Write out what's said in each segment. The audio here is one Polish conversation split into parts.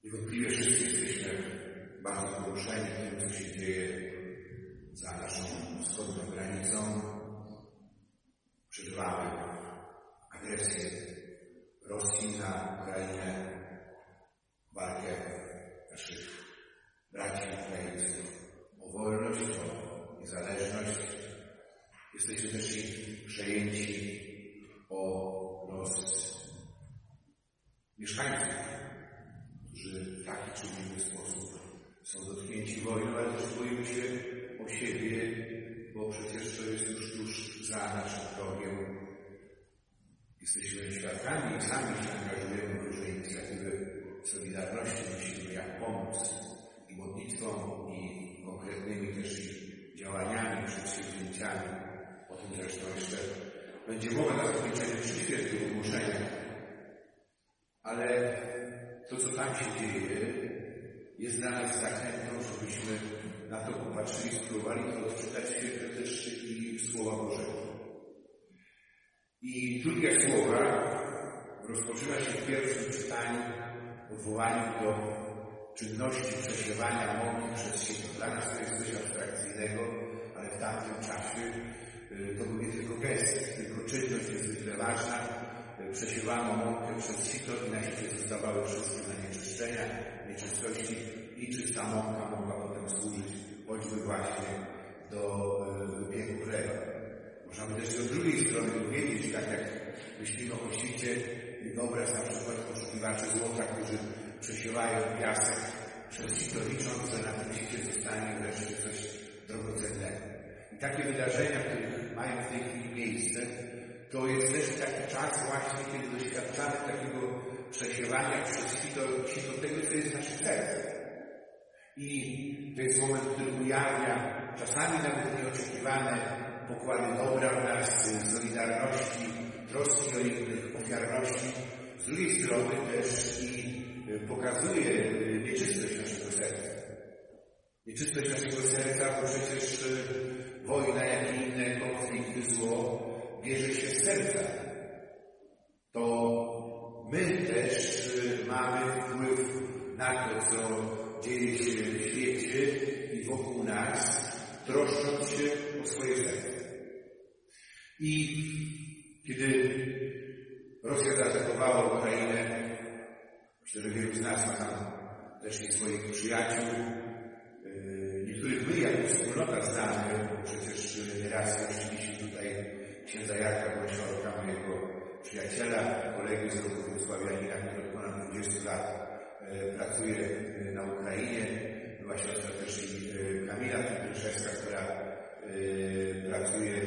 Niewątpliwie wszyscy jesteśmy bardzo poruszeni tym, co się dzieje za naszą wschodnią granicą. Przeżywamy agresję Rosji na Ukrainę, walkę naszych braci Ukraińców o wolność, o niezależność. Jesteśmy też przejęci o los mieszkańców, którzy w taki czy inny sposób są dotknięci wojną, ale też boimy się o siebie, bo przecież to jest już tuż za naszym progiem. Jesteśmy świadkami i sami się angażujemy w różne inicjatywy Solidarności, myślimy jak pomóc i modlitwą, i konkretnymi też działaniami, przedsięwzięciami. O tym zresztą jeszcze będzie mowa na zakończeniu przy świętych ogłoszeniach. Ale to, co tam się dzieje, jest dla nas zachętą, żebyśmy na to popatrzyli, spróbowali to odczytać w świetle też i Słowa Bożego. I drugie słowa rozpoczyna się w pierwszym czytaniu odwołaniu do czynności przesiewania mąki przez sito. Dla nas to jest coś abstrakcyjnego, ale w tamtym czasie to był nie tylko gest, tylko czynność niezwykle ważna. Przesiewano mąkę przez sito i na sicie zostawały wszystkie zanieczyszczenia, nieczystości i czysta mąka mogła potem służyć choćby właśnie do wypieku chleba. Możemy też z drugiej strony dowiedzieć, tak jak myślimy o świcie, wyobraź na przykład poszukiwaczy złota, którzy przesiewają piasek przez sito, licząc, że na tym sicie zostanie wreszcie coś drogocennego. I takie wydarzenia, które mają w tej chwili miejsce, to jest też taki czas właśnie, kiedy doświadczamy takiego przesiewania przez sito tego, co jest w naszych sercach. I to jest moment, który ujawnia czasami nawet nieoczekiwane pokłady dobra w nas, solidarności, troski o innych, ofiarności. Z drugiej strony też i pokazuje nieczystość naszego serca. Nieczystość naszego serca, bo przecież wojna, jak i inne konflikty, zło bierze się z serca. To my też mamy wpływ na to, co dzieje się w świecie i wokół nas, troszcząc się o swoje serce. I kiedy Rosja zaatakowała Ukrainę, myślę, że wielu z nas ma tam też i swoich przyjaciół, niektórych my jako wspólnota znamy, bo przecież nieraz gościliśmy tutaj księdza Jarka Bolesiorka, mojego przyjaciela, kolegi z roku Wrocławianina, który od ponad 20 lat pracuje na Ukrainie. Była siostra też i Kamila Piętrzewska, która pracuje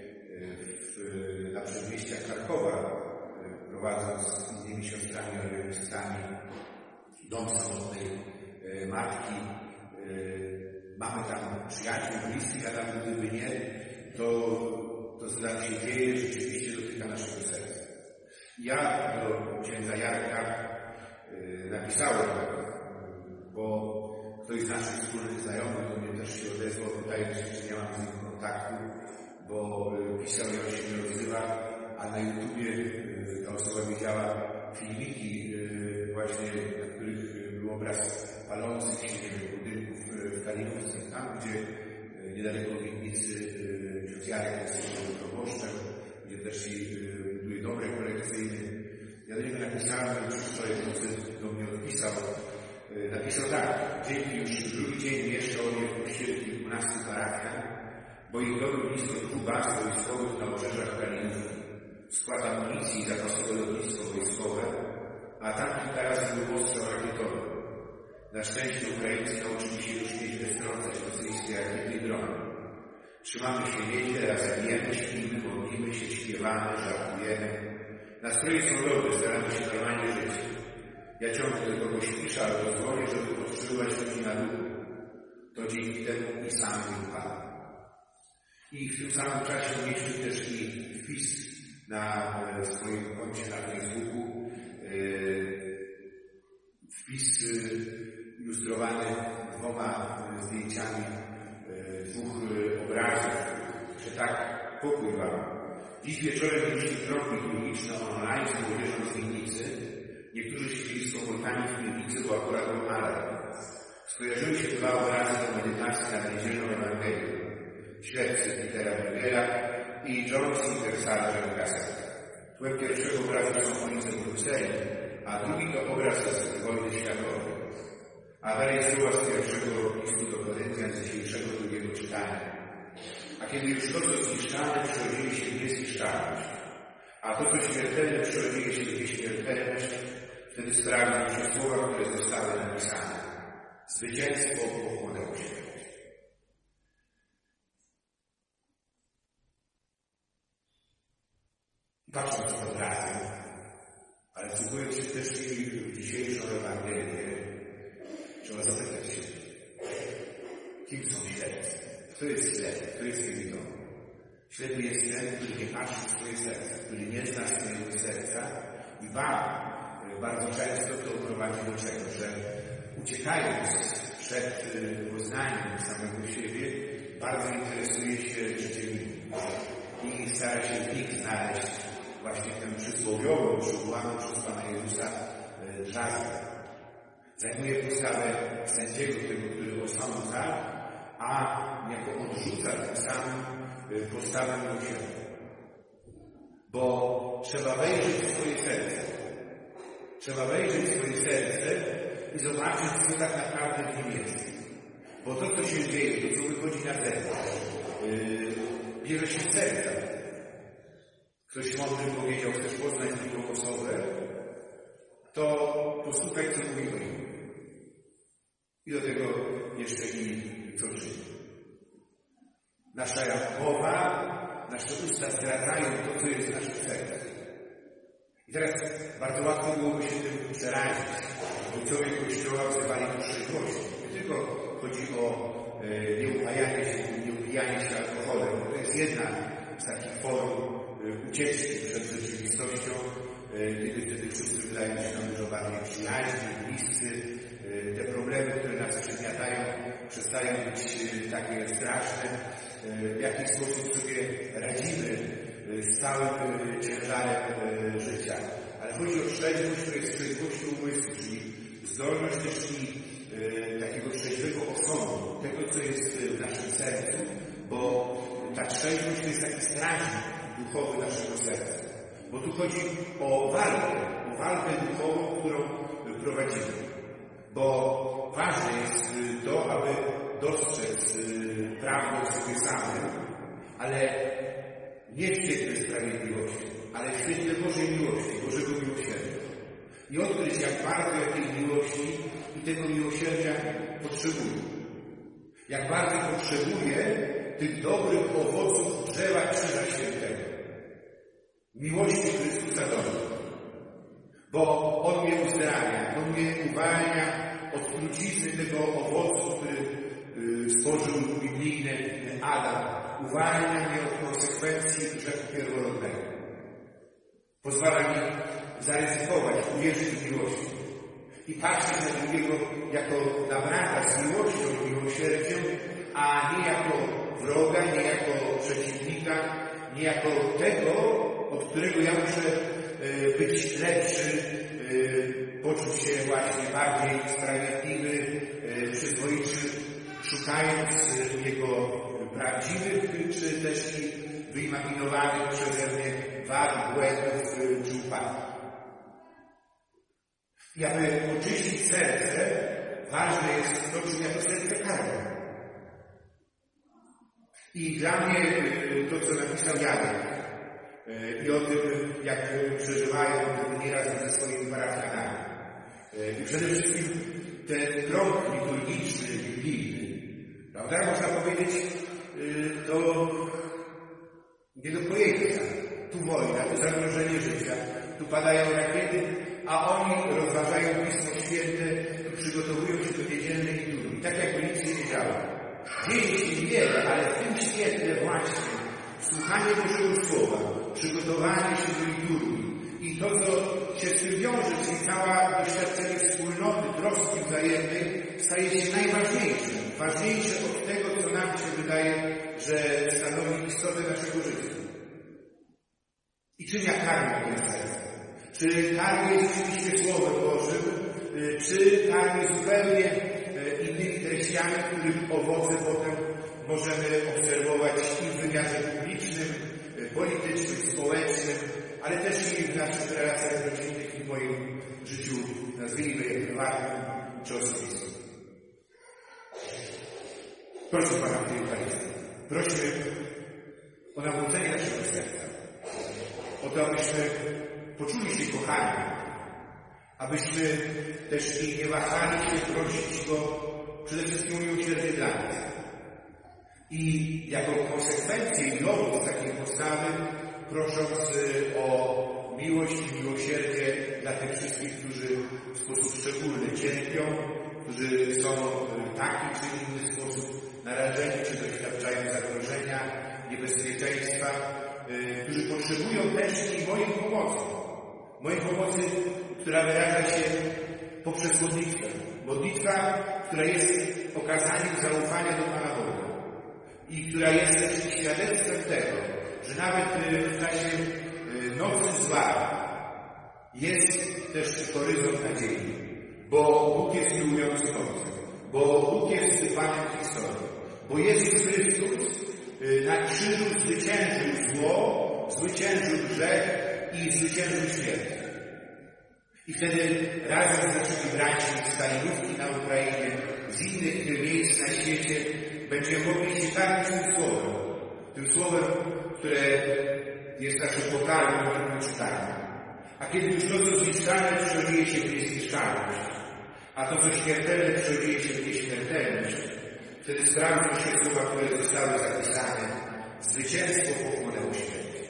na przedmieściach Charkowa, prowadząc z innymi siostrami organistami dom samotnej matki. Mamy tam przyjaciół, bliskich, a nawet gdyby nie, to co tam się dzieje, rzeczywiście dotyka naszego serca. Ja do księdza Jarka napisałem, bo ktoś z naszych wspólnych znajomych do mnie też się odezwał, pytając się, czy nie mam z nim kontaktu, bo pisał i on się nie odzywa, a na YouTubie ta osoba widziała filmiki właśnie, na których był obraz palących się budynków w Kalinówce, tam gdzie niedaleko winnicy ksiądz Jarek jest proboszczem, gdzie też i były dobre kolekcyjne. Ja do niego napisałem, że wczoraj do mnie odpisał. Napisał tak: dzięki, już drugi dzień mieszkał mnie w kościele w kilkunastu parafiach, bo ich domy blisko 2 baz wojskowych na obrzeżach Kalinówki. Skład amunicji i zapasowe lotnisko wojskowe, a tam kilka razy był ostrzał rakietowy. Na szczęście Ukraińcy nauczyli się już nieźle strącać rosyjskie rakiety i drony. Trzymamy się nieźle, razem jemy, śpimy, modlimy się, śpiewamy, żartujemy. Nastroje są dobre, staramy się normalnie żyć. Ja ciągle do kogoś piszę, ale pozwolę, żeby podtrzymywać ludzi na duchu. To dzięki temu i sam wypadł. I w tym samym czasie mieliśmy też i wpis na swoim koncie na Facebooku. Wpis ilustrowany 2 zdjęciami 2 obrazów, że tak, pokój wam. Dziś wieczorem mieliśmy krok liturgiczny online z młodzieżą z winnicy. Niektórzy siedzieli z komórkami w piwnicy, bo akurat był alarm. Skojarzyły się dwa obrazy do medytacji nad niedzielną Ewangelią. Śledcy Petera Brugera i John Singersala Kaseta. Tłem pierwszego obrazu są oni zawróceni, a drugi to obraz z wojny światowej. Awaria słowa z pierwszego listu do Koryntian z dzisiejszego drugiego czytania. A kiedy już to, co zniszczane, przerodzili się w niezniszczalność, a to, co śmiertelne, przerodzili się w nieśmiertelność, wtedy sprawdzą się słowa, które zostały napisane. Zwycięstwo pochłonęło śmierć. Patrząc na obrazy, ale wsłuchując się też w dzisiejszą Ewangelię, trzeba zapytać się, kim są ślepcy? Kto jest ślepy? Kto jest niewidomy? Ślepy jest ten, który nie patrzy w swoje serce, który nie zna swojego serca i bardzo często to prowadzi do czego? Że uciekając przed poznaniem samego siebie, bardzo interesuje się życiem innych i stara się w nich znaleźć właśnie tę przysłowiową, przywołaną przez Pana Jezusa drzazgę. Zajmuje postawę sędziego, tego, który osądza, a niejako odrzuca tym samym postawę miłosierdzia. Bo trzeba wejrzeć w swoje serce. Trzeba wejrzeć w swoje serce i zobaczyć, co tak naprawdę w nim jest. Bo to, co się dzieje, to, co wychodzi na zewnątrz, bierze się z serca. Ktoś mądry powiedział, chcesz poznać drugą osobę, to posłuchaj, co mówi o nim. I do tego jeszcze i co czyni. Nasza mowa, nasze usta zdradzają to, co jest w naszych sercach. I teraz bardzo łatwo byłoby się tym przerazić. Ojcowie Kościoła wzywali do trzeźwości. Nie tylko chodzi o nieupijanie się alkoholem, bo to jest jedna z takich form ucieczki przed rzeczywistością, kiedy wtedy wszyscy wydają się nam dużo bardziej przyjaźni, bliscy. Te problemy, które nas przygniatają, przestają być takie straszne. W jaki sposób sobie radzimy z całym ciężarem życia. Ale chodzi o trzeźwość, to jest trzeźwość umysłu, czyli zdolność też i takiego trzeźwego osądu, tego, co jest w naszym sercu, bo ta trzeźwość to jest taki strażnik duchowy naszego serca. Bo tu chodzi o walkę duchową, którą prowadzimy. Bo ważne jest to, aby dostrzec prawdę w sobie samym, ale nie w świetle sprawiedliwości, ale w świetle Bożej miłości, Bożego miłosierdzia. I odkryć, jak bardzo ja tej miłości i tego miłosierdzia potrzebuję. Jak bardzo potrzebuję tych dobrych owoców drzewa Krzyża Świętego. Miłości Chrystusa do mnie. Bo On mnie uzdrawia, On mnie uwalnia od trucizny tego owocu, który stworzył biblijny Adam. Uwalnia mnie od konsekwencji grzechu pierworodnego. Pozwala mi zaryzykować, uwierzyć w miłość. I patrzeć na drugiego jako na brata z miłością i miłosierdziem, a nie jako wroga, nie jako przeciwnika, nie jako tego, od którego ja muszę być lepszy, poczuć się właśnie bardziej sprawiedliwy, przyzwoiczy, szukając jego prawdziwych, czy też i wyimaginowanych przeze mnie wad, błędów czy upadków. I aby oczyścić serce, ważne jest to, czym ja to serce karmię. I dla mnie to, co napisał Janek, i o tym, jak przeżywają dni razem ze swoimi parafianami. I przede wszystkim ten krąg liturgiczny, biblijny. Prawda? Można powiedzieć, to nie do pojęcia. Tu wojna, tu zagrożenie życia, tu padają rakiety, a oni rozważają Pismo Święte, tu przygotowują się do niedzielnej liturgii. Tak jakby nic nie wiedziało. Dzieje się wiele, ale w tym świetle właśnie słuchanie Bożego Słowa, przygotowanie się do liturgii i to, co się z tym wiąże, czyli cała doświadczenie wspólnoty, troski wzajemnej, staje się najważniejsze. Ważniejsze od tego, co nam się wydaje, że stanowi istotę naszego życia. I czym ja karmię moje serce? Czy karmię rzeczywiście Słowem Bożym, czy karmię zupełnie innymi treściami, których owoce potem możemy obserwować i w wymiarze publicznym, politycznym, społecznym, ale też i w naszych relacjach rodzinnych i w moim życiu, nazwijmy je prywatnym czy osobistym. Proszę Pana w tej Eucharystii. Prośmy o nawrócenie naszego serca. O to, abyśmy poczuli się kochani. Abyśmy też i nie wahali się prosić Go przede wszystkim o miłosierdzie dla nas. I jako konsekwencję i owoc takiej postawy, prosząc o miłość i miłosierdzie dla tych wszystkich, którzy w sposób szczególny cierpią, którzy są w taki czy inny sposób narażeni, czy doświadczają zagrożenia, niebezpieczeństwa, którzy potrzebują też i mojej pomocy. Mojej pomocy, która wyraża się poprzez modlitwę. Modlitwa, która jest okazaniem zaufania do Pana Boga i która jest też świadectwem tego, że nawet w czasie nocy zła jest też horyzont nadziei, bo Bóg jest miłujący Ojcem, bo Bóg jest Panem historii, bo Jezus Chrystus na krzyżu zwyciężył zło, zwyciężył grzech i zwyciężył śmierć. I wtedy razem z naszymi braćmi z Stalinówki na Ukrainie, z innych miejsc na świecie, będziemy mogli się karmić tym słowem, które jest naszym pokarmem, którym czytamy. A kiedy już to, co zniszczalne, przerodzi się w niezniszczalność, a to, co śmiertelne, przerodzi się w nieśmiertelność, wtedy sprawdzą się słowa, które zostały zapisane. Zwycięstwo pochłonęło śmierć.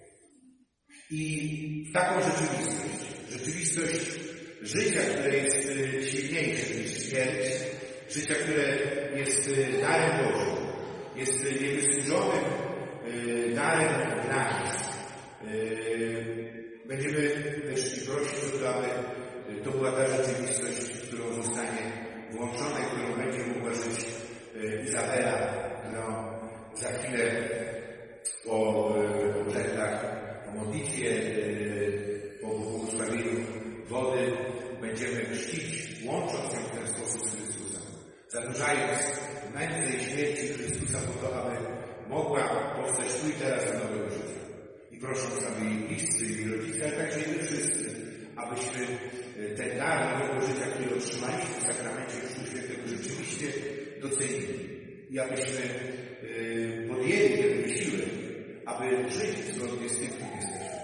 I taką rzeczywistość życia, które jest silniejsze niż śmierć, życia, które jest darem Bożym, jest niewysłużonym darem dla nas. Będziemy też prosić o to, aby to była ta rzeczywistość, którą zostanie włączona, którą będzie mogła żyć Izabela, którą za chwilę po obrzędach, po modlitwie, po błogosławieniu wody będziemy chrzcić, łącząc ją w ten sposób z Chrystusem, zanurzając w mętnej śmierci Chrystusa po to, aby mogła powstać tu i teraz do nowego życia. I prosząc, aby jej bliscy, jej rodzice, ale także i my wszyscy, abyśmy ten dar nowego życia, który otrzymaliśmy w sakramencie Chrztu Świętego, rzeczywiście docenili. I abyśmy podjęli ten wysiłek, aby żyć zgodnie z tym, kim jesteśmy.